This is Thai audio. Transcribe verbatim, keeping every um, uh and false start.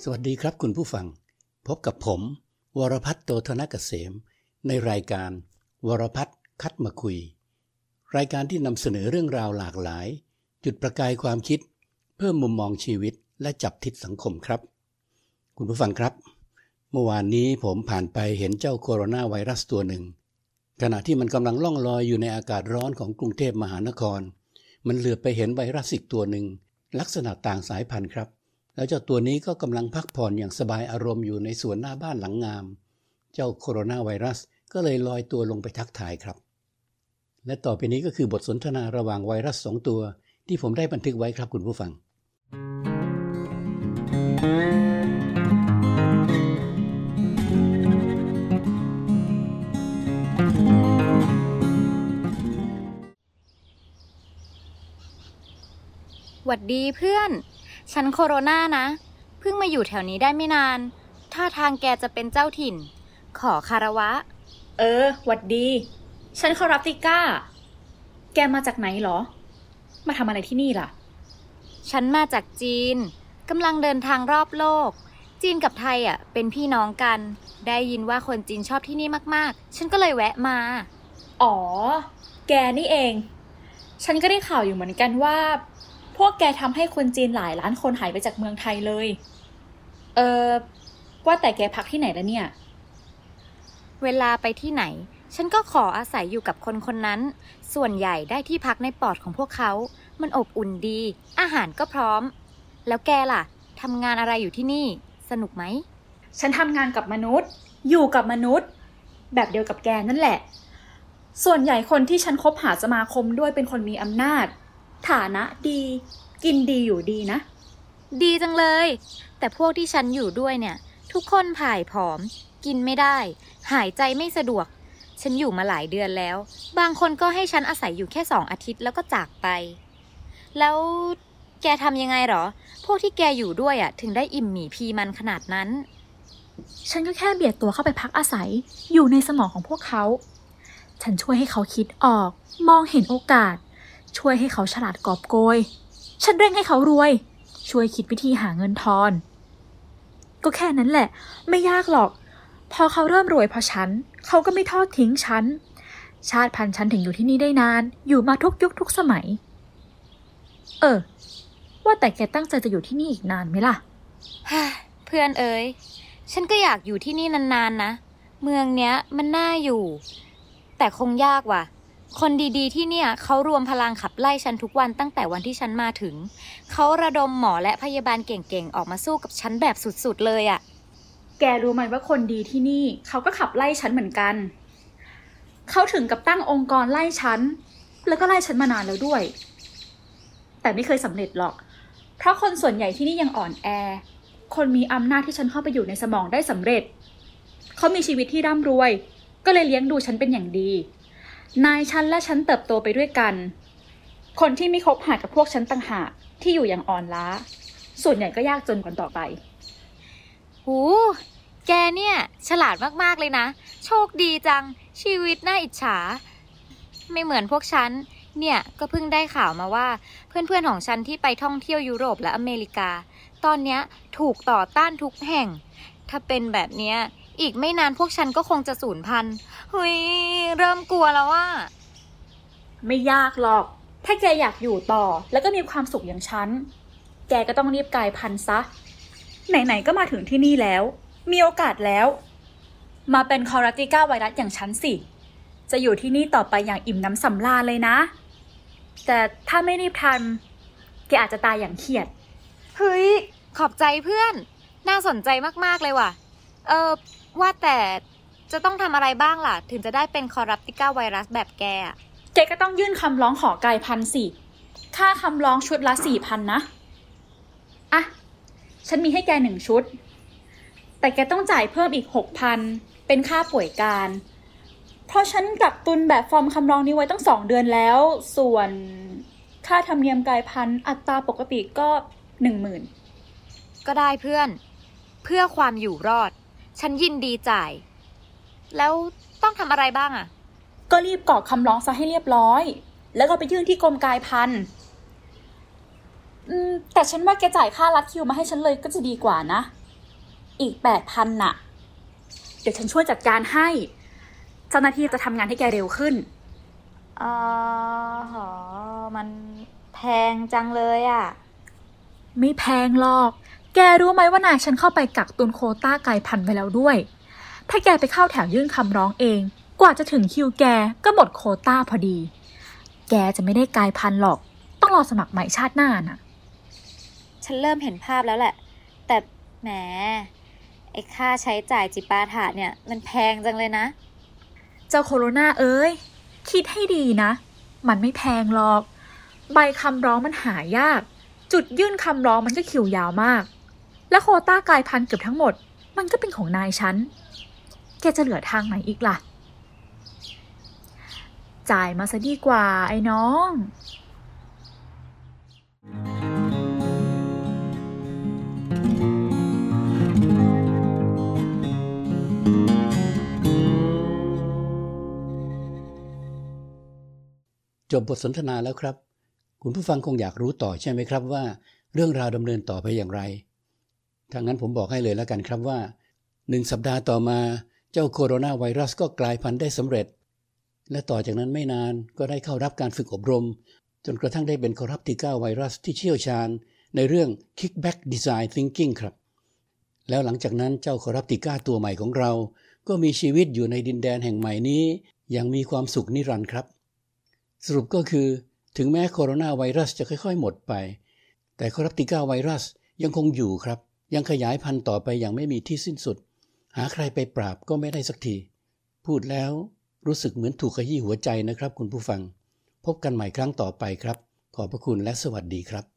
สวัสดีครับคุณผู้ฟังพบกับผมวรพัฒน์โตธนเกษมในรายการวรพัฒน์คัดมาคุยรายการที่นำเสนอเรื่องราวหลากหลายจุดประกายความคิดเพิ่มมุมมองชีวิตและจับทิศสังคมครับคุณผู้ฟังครับเมื่อวานนี้ผมผ่านไปเห็นเจ้าโคโรนาไวรัสตัวหนึ่งขณะที่มันกำลังล่องลอยอยู่ในอากาศร้อนของกรุงเทพมหานครมันเหลือบไปเห็นไวรัสอีกตัวหนึ่งลักษณะต่างสายพันธุ์ครับแล้วเจ้าตัวนี้ก็กำลังพักผ่อนอย่างสบายอารมณ์อยู่ในสวนหน้าบ้านหลังงามเจ้าโคโรนาไวรัสก็เลยลอยตัวลงไปทักทายครับและต่อไปนี้ก็คือบทสนทนาระหว่างไวรัสสองตัวที่ผมได้บันทึกไว้ครับคุณผู้ฟังหวัดดีเพื่อนฉันโคโรนานะเพิ่งมาอยู่แถวนี้ได้ไม่นานท่าทางแกจะเป็นเจ้าถิ่นขอคารวะเออหวัดดีฉันคารับติก้าแกมาจากไหนหรอมาทำอะไรที่นี่ล่ะฉันมาจากจีนกำลังเดินทางรอบโลกจีนกับไทยอ่ะเป็นพี่น้องกันได้ยินว่าคนจีนชอบที่นี่มากๆฉันก็เลยแวะมาอ๋อแกนี่เองฉันก็ได้ข่าวอยู่เหมือนกันว่าพวกแกทำให้คนจีนหลายล้านคนหายไปจากเมืองไทยเลยเออว่าแต่แกพักที่ไหนแล้วเนี่ยเวลาไปที่ไหนฉันก็ขออาศัยอยู่กับคนคนนั้นส่วนใหญ่ได้ที่พักในปอดของพวกเขามันอบอุ่นดีอาหารก็พร้อมแล้วแกล่ะทำงานอะไรอยู่ที่นี่สนุกไหมฉันทำงานกับมนุษย์อยู่กับมนุษย์แบบเดียวกับแกนั่นแหละส่วนใหญ่คนที่ฉันคบหาสมาคมด้วยเป็นคนมีอำนาจฐานะดีกินดีอยู่ดีนะดีจังเลยแต่พวกที่ฉันอยู่ด้วยเนี่ยทุกคนผายผอมกินไม่ได้หายใจไม่สะดวกฉันอยู่มาหลายเดือนแล้วบางคนก็ให้ฉันอาศัยอยู่แค่สองอาทิตย์แล้วก็จากไปแล้วแกทำยังไงหรอพวกที่แกอยู่ด้วยอ่ะถึงได้อิ่มหมีพีมันขนาดนั้นฉันก็แค่เบียดตัวเข้าไปพักอาศัยอยู่ในสมองของพวกเขาฉันช่วยให้เขาคิดออกมองเห็นโอกาสช่วยให้เขาฉลาดกอบโกยฉันเร่งให้เขารวยช่วยคิดวิธีหาเงินทอนก็แค่นั้นแหละไม่ยากหรอกพอเขาเริ่มรวยเพราะฉันเขาก็ไม่ทอดทิ้งฉันชาติพันธุ์ฉันถึงอยู่ที่นี่ได้นานอยู่มาทุกยุคทุกสมัยเออว่าแต่แกตั้งใจจะอยู่ที่นี่อีกนานไหมล่ะเพื่อนเอ๋ยฉันก็อยากอยู่ที่นี่นานๆนะเมืองเนี้ยมันน่าอยู่แต่คงยากว่ะคนดีๆที่เนี่ยเขารวมพลังขับไล่ฉันทุกวันตั้งแต่วันที่ฉันมาถึงเขาระดมหมอและพยาบาลเก่งๆออกมาสู้กับฉันแบบสุดๆเลยอ่ะแกรู้ไหมว่าคนดีที่นี่เขาก็ขับไล่ฉันเหมือนกันเขาถึงกับตั้งองค์กรไล่ฉันแล้วก็ไล่ฉันมานานแล้วด้วยแต่ไม่เคยสำเร็จหรอกเพราะคนส่วนใหญ่ที่นี่ยังอ่อนแอคนมีอำนาจที่ฉันเข้าไปอยู่ในสมองได้สำเร็จเขามีชีวิตที่ร่ำรวยก็เลยเลี้ยงดูฉันเป็นอย่างดีนายฉันและฉันเติบโตไปด้วยกันคนที่ไม่คบหากับพวกฉันต่างหากที่อยู่อย่างอ่อนล้าส่วนใหญ่ก็ยากจนกันต่อไปหูแกเนี่ยฉลาดมากๆเลยนะโชคดีจังชีวิตน่าอิจฉาไม่เหมือนพวกฉันเนี่ยก็เพิ่งได้ข่าวมาว่าเพื่อนๆของฉันที่ไปท่องเที่ยวยุโรปและอเมริกาตอนเนี้ยถูกต่อต้านทุกแห่งถ้าเป็นแบบเนี้ยอีกไม่นานพวกฉันก็คงจะสูญพันธุ์เฮ้ยเริ่มกลัวแล้วว่าไม่ยากหรอกถ้าแกอยากอยู่ต่อแล้วก็มีความสุขอย่างฉันแกก็ต้องรีบกลายพันธุ์ซะไหนๆก็มาถึงที่นี่แล้วมีโอกาสแล้วมาเป็นคอราติก้าไวรัสอย่างฉันสิจะอยู่ที่นี่ต่อไปอย่างอิ่มน้ำสำราญเลยนะแต่ถ้าไม่รีบทำแกอาจจะตายอย่างเครียดเฮ้ยขอบใจเพื่อนน่าสนใจมากๆเลยว่ะเออว่าแต่จะต้องทำอะไรบ้างล่ะถึงจะได้เป็นคอรัปติก้าไวรัสแบบแกอะแกก็ต้องยื่นคำร้องขอกลายพันธุ์สิค่าคำร้องชุดละ สี่พัน นะอ่ะฉันมีให้แกหนึ่งชุดแต่แกต้องจ่ายเพิ่มอีก หกพัน เป็นค่าป่วยการเพราะฉันกักตุนแบบฟอร์มคำร้องนี้ไว้ตั้งสองเดือนแล้วส่วนค่าธรรมเนียมกลายพันธุ์อัตราปกติก็ หนึ่งหมื่นก็ได้เพื่อนเพื่อความอยู่รอดฉันยินดีจ่ายแล้วต้องทำอะไรบ้างอ่ะก็รีบกรอกคำร้องซะให้เรียบร้อยแล้วก็ไปยื่นที่กรมกายพันธุ์อืมแต่ฉันว่าแกจ่ายค่ารัดคิวมาให้ฉันเลยก็จะดีกว่านะอีกแปดพันน่ะเดี๋ยวฉันช่วยจัดการให้เจ้าหน้าที่จะทำงานให้แกเร็วขึ้นอ๋อหอมันแพงจังเลยอ่ะไม่แพงหรอกแกรู้ไหมว่านายฉันเข้าไปกักตุนโควต้ากลายพันธุ์ไว้แล้วด้วยถ้าแกไปเข้าแถวยื่นคำร้องเองกว่าจะถึงคิวแกก็หมดโควต้าพอดีแกจะไม่ได้กลายพันธุ์หรอกต้องรอสมัครใหม่ชาติหน้าน่ะฉันเริ่มเห็นภาพแล้วแหละแต่แหมไอ้ค่าใช้จ่ายจิปาถะเนี่ยมันแพงจังเลยนะเจ้าโคโรนาเอ้ยคิดให้ดีนะมันไม่แพงหรอกใบคำร้องมันหายากจุดยื่นคำร้องมันก็คิวยาวมากและโควต้ากลายพันธุ์เกือบทั้งหมดมันก็เป็นของนายฉันแกจะเหลือทางไหนอีกล่ะจ่ายมาซะดีกว่าไอ้น้องจบบทสนทนาแล้วครับคุณผู้ฟังคงอยากรู้ต่อใช่ไหมครับว่าเรื่องราวดำเนินต่อไปอย่างไรถ้างั้นผมบอกให้เลยแล้วกันครับว่าหนึ่งสัปดาห์ต่อมาเจ้าโคโรนาไวรัสก็กลายพันธุ์ได้สำเร็จและต่อจากนั้นไม่นานก็ได้เข้ารับการฝึกอบรมจนกระทั่งได้เป็นคอรัปติก้าไวรัสที่เชี่ยวชาญในเรื่อง Kickback Design Thinking ครับแล้วหลังจากนั้นเจ้าคอรัปติก้าตัวใหม่ของเราก็มีชีวิตอยู่ในดินแดนแห่งใหม่นี้อย่างมีความสุขนิรันดร์ครับสรุปก็คือถึงแม้โคโรนาไวรัสจะค่อยๆหมดไปแต่คอรัปติก้าไวรัสยังคงอยู่ครับยังขยายพันธุ์ต่อไปอย่างไม่มีที่สิ้นสุดหาใครไปปราบก็ไม่ได้สักทีพูดแล้วรู้สึกเหมือนถูกขยี้หัวใจนะครับคุณผู้ฟังพบกันใหม่ครั้งต่อไปครับขอบพระคุณและสวัสดีครับ